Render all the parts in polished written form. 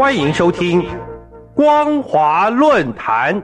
欢迎收听光华论坛。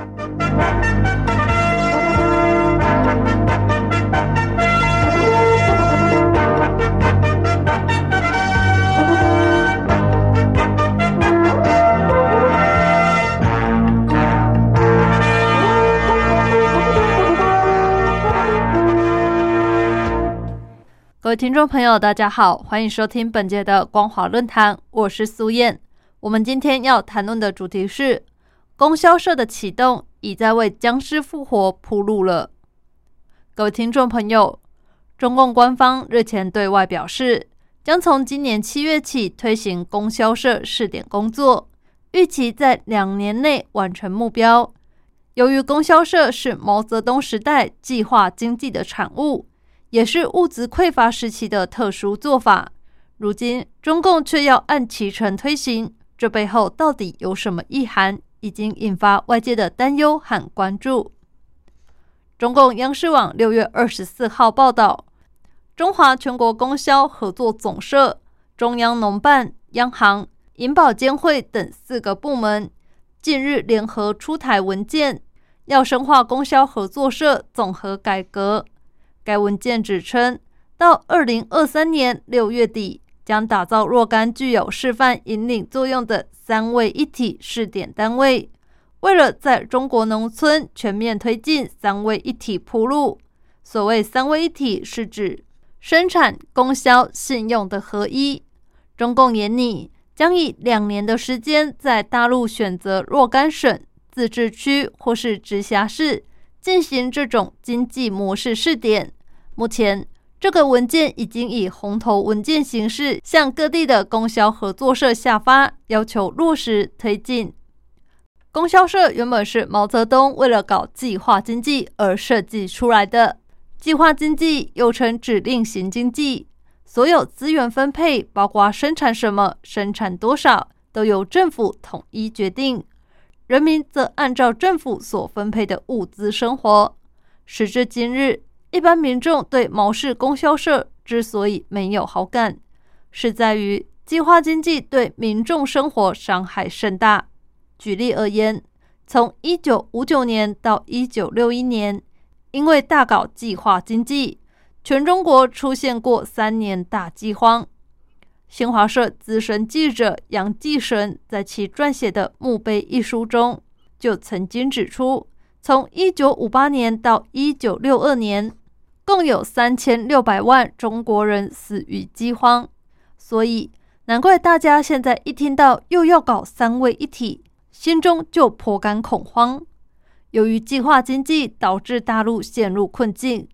各位听众朋友大家好，欢迎收听本节的光华论坛，我是苏燕。我们今天要谈论的主题是供销社的启动已在为僵尸复活铺路了。各位听众朋友，中共官方日前对外表示，将从今年7月起推行供销社试点工作，预期在2年内完成目标。由于供销社是毛泽东时代计划经济的产物，也是物资匮乏时期的特殊做法，如今中共却要按期程推行，这背后到底有什么意涵，已经引发外界的担忧和关注。中共央视网6月24号报道，中华全国供销合作总社、中央农办、央行、银保监会等4个部门近日联合出台文件，要深化供销合作社总和改革。该文件指称，到2023年6月底，将打造若干具有示范引领作用的3位一体试点单位。为了在中国农村全面推进3位一体铺路，所谓3位一体是指生产、供销、信用的合一。中共研拟将以2年的时间，在大陆选择若干省、自治区或是直辖市进行这种经济模式试点。目前，这个文件已经以红头文件形式向各地的供销合作社下发，要求落实推进。供销社原本是毛泽东为了搞计划经济而设计出来的。计划经济又称指令型经济，所有资源分配，包括生产什么、生产多少，都由政府统一决定，人民则按照政府所分配的物资生活。时至今日，一般民众对毛氏供销社之所以没有好感，是在于计划经济对民众生活伤害甚大。举例而言，从1959年到1961年，因为大搞计划经济，全中国出现过3年大饥荒。新华社资深记者杨继绳在其撰写的《墓碑》一书中，就曾经指出，从1958年到1962年，共有3600万中国人死于饥荒。所以难怪大家现在一听到又要搞3位一体，心中就颇感恐慌。由于计划经济导致大陆陷入困境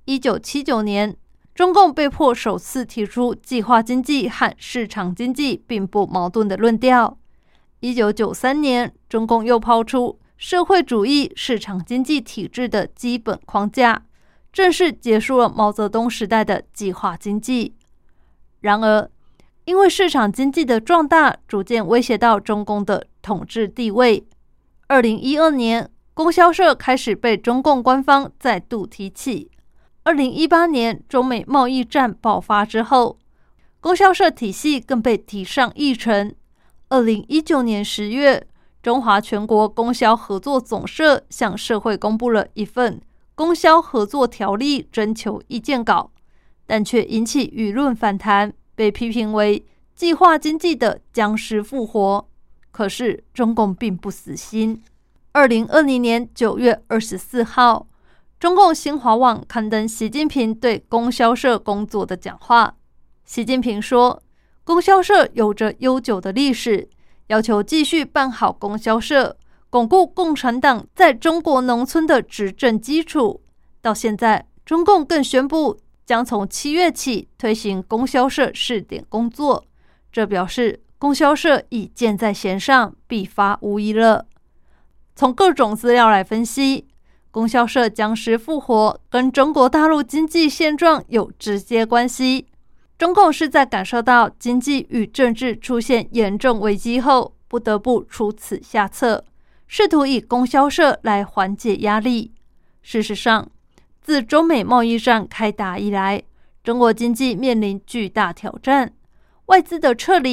，1979年中共被迫首次提出计划经济和市场经济并不矛盾的论调。1993年中共又抛出社会主义市场经济体制的基本框架，正式结束了毛泽东时代的计划经济。然而，因为市场经济的壮大逐渐威胁到中共的统治地位，2012年供销社开始被中共官方再度提起。2018年中美贸易战爆发之后，供销社体系更被提上议程。2019年10月，中华全国供销合作总社向社会公布了一份供销合作条例征求意见稿，但却引起舆论反弹，被批评为计划经济的僵尸复活。可是中共并不死心。2020年9月24号，中共新华网刊登习近平对供销社工作的讲话。习近平说，供销社有着悠久的历史，要求继续办好供销社，巩固共产党在中国农村的执政基础。到现在，中共更宣布将从7月起推行供销社试点工作，这表示供销社已箭在弦上，必发无疑了。从各种资料来分析，供销社僵尸复活跟中国大陆经济现状有直接关系。中共是在感受到经济与政治出现严重危机后，不得不出此下策，试图以供销社来缓解压力。事实上，自中美贸易战开打以来，中国经济面临巨大挑战，外资的撤离、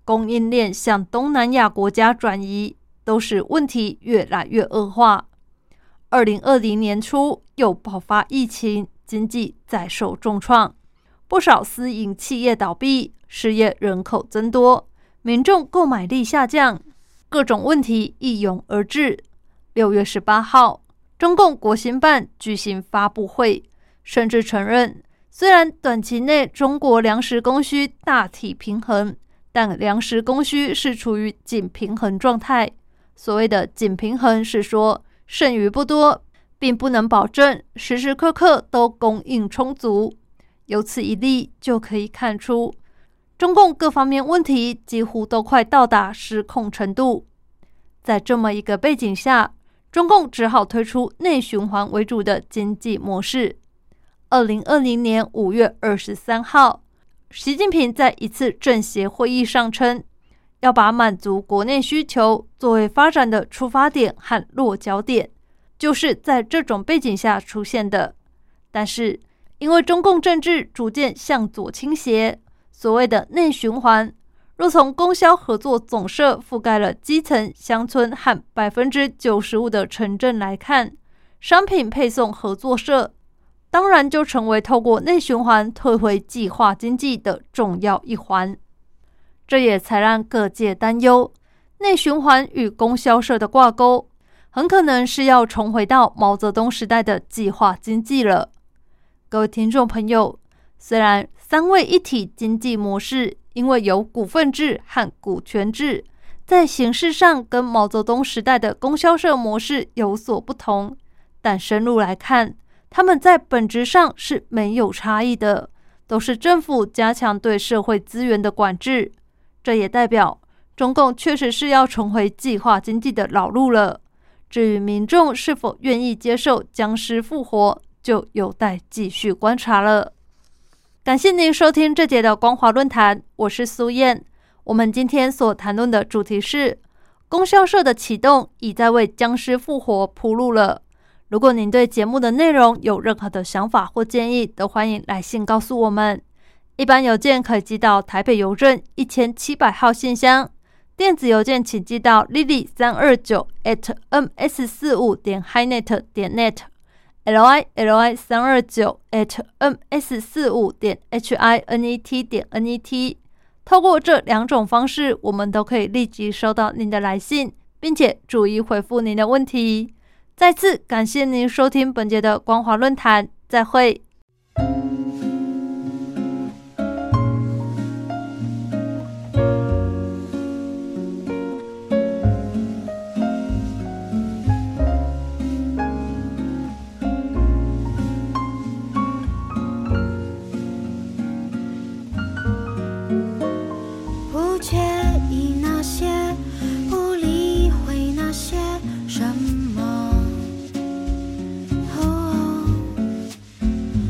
供应链向东南亚国家转移，都使问题越来越恶化。2020年初又爆发疫情，经济再受重创，不少私营企业倒闭，失业人口增多，民众购买力下降，各种问题一涌而至。6月18号，中共国新办举行发布会，甚至承认，虽然短期内中国粮食供需大体平衡，但粮食供需是处于紧平衡状态。所谓的紧平衡是说剩余不多，并不能保证时时刻刻都供应充足。由此一例就可以看出，中共各方面问题几乎都快到达失控程度。在这么一个背景下，中共只好推出内循环为主的经济模式。2020年5月23号，习近平在一次政协会议上称，要把满足国内需求作为发展的出发点和落脚点，就是在这种背景下出现的。但是因为中共政治逐渐向左倾斜，所谓的内循环，若从供销合作总社覆盖了基层、乡村和95%的城镇来看，商品配送合作社当然就成为透过内循环退回计划经济的重要一环。这也才让各界担忧，内循环与供销社的挂钩，很可能是要重回到毛泽东时代的计划经济了。各位听众朋友，虽然三位一体经济模式因为有股份制和股权制，在形式上跟毛泽东时代的供销社模式有所不同，但深入来看，他们在本质上是没有差异的，都是政府加强对社会资源的管制。这也代表中共确实是要重回计划经济的老路了。至于民众是否愿意接受僵尸复活，就有待继续观察了。感谢您收听这节的光华论坛，我是苏燕。我们今天所谈论的主题是供销社的启动已在为僵尸复活铺路了。如果您对节目的内容有任何的想法或建议，都欢迎来信告诉我们。一般邮件可以寄到台北邮政1700号信箱，电子邮件请寄到 lily329@ms45.hinet.net lily329@ms45.hinet.net。 透过这两种方式，我们都可以立即收到您的来信，并且逐一回复您的问题。再次感谢您收听本节的光华论坛，再会。 不介意那些，不理会那些什么，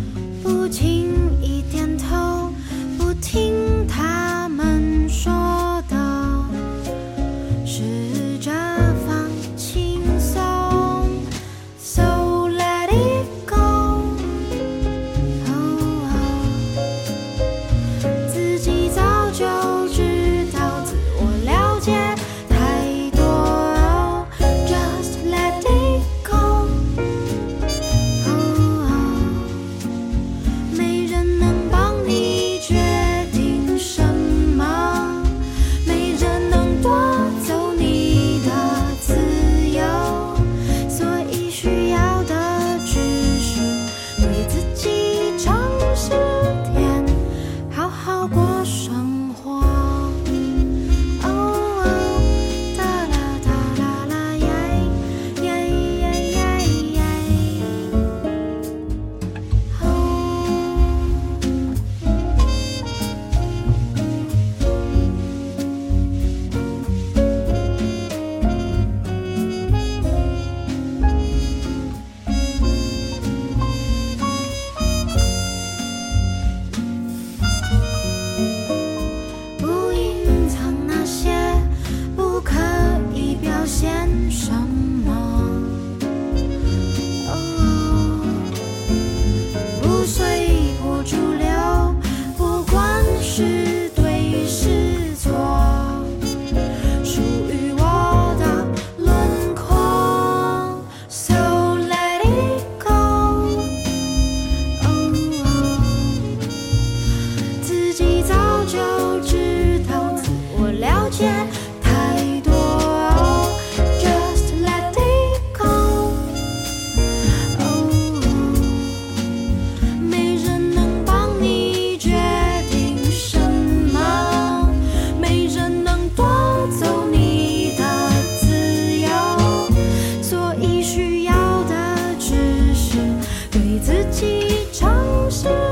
起尝试。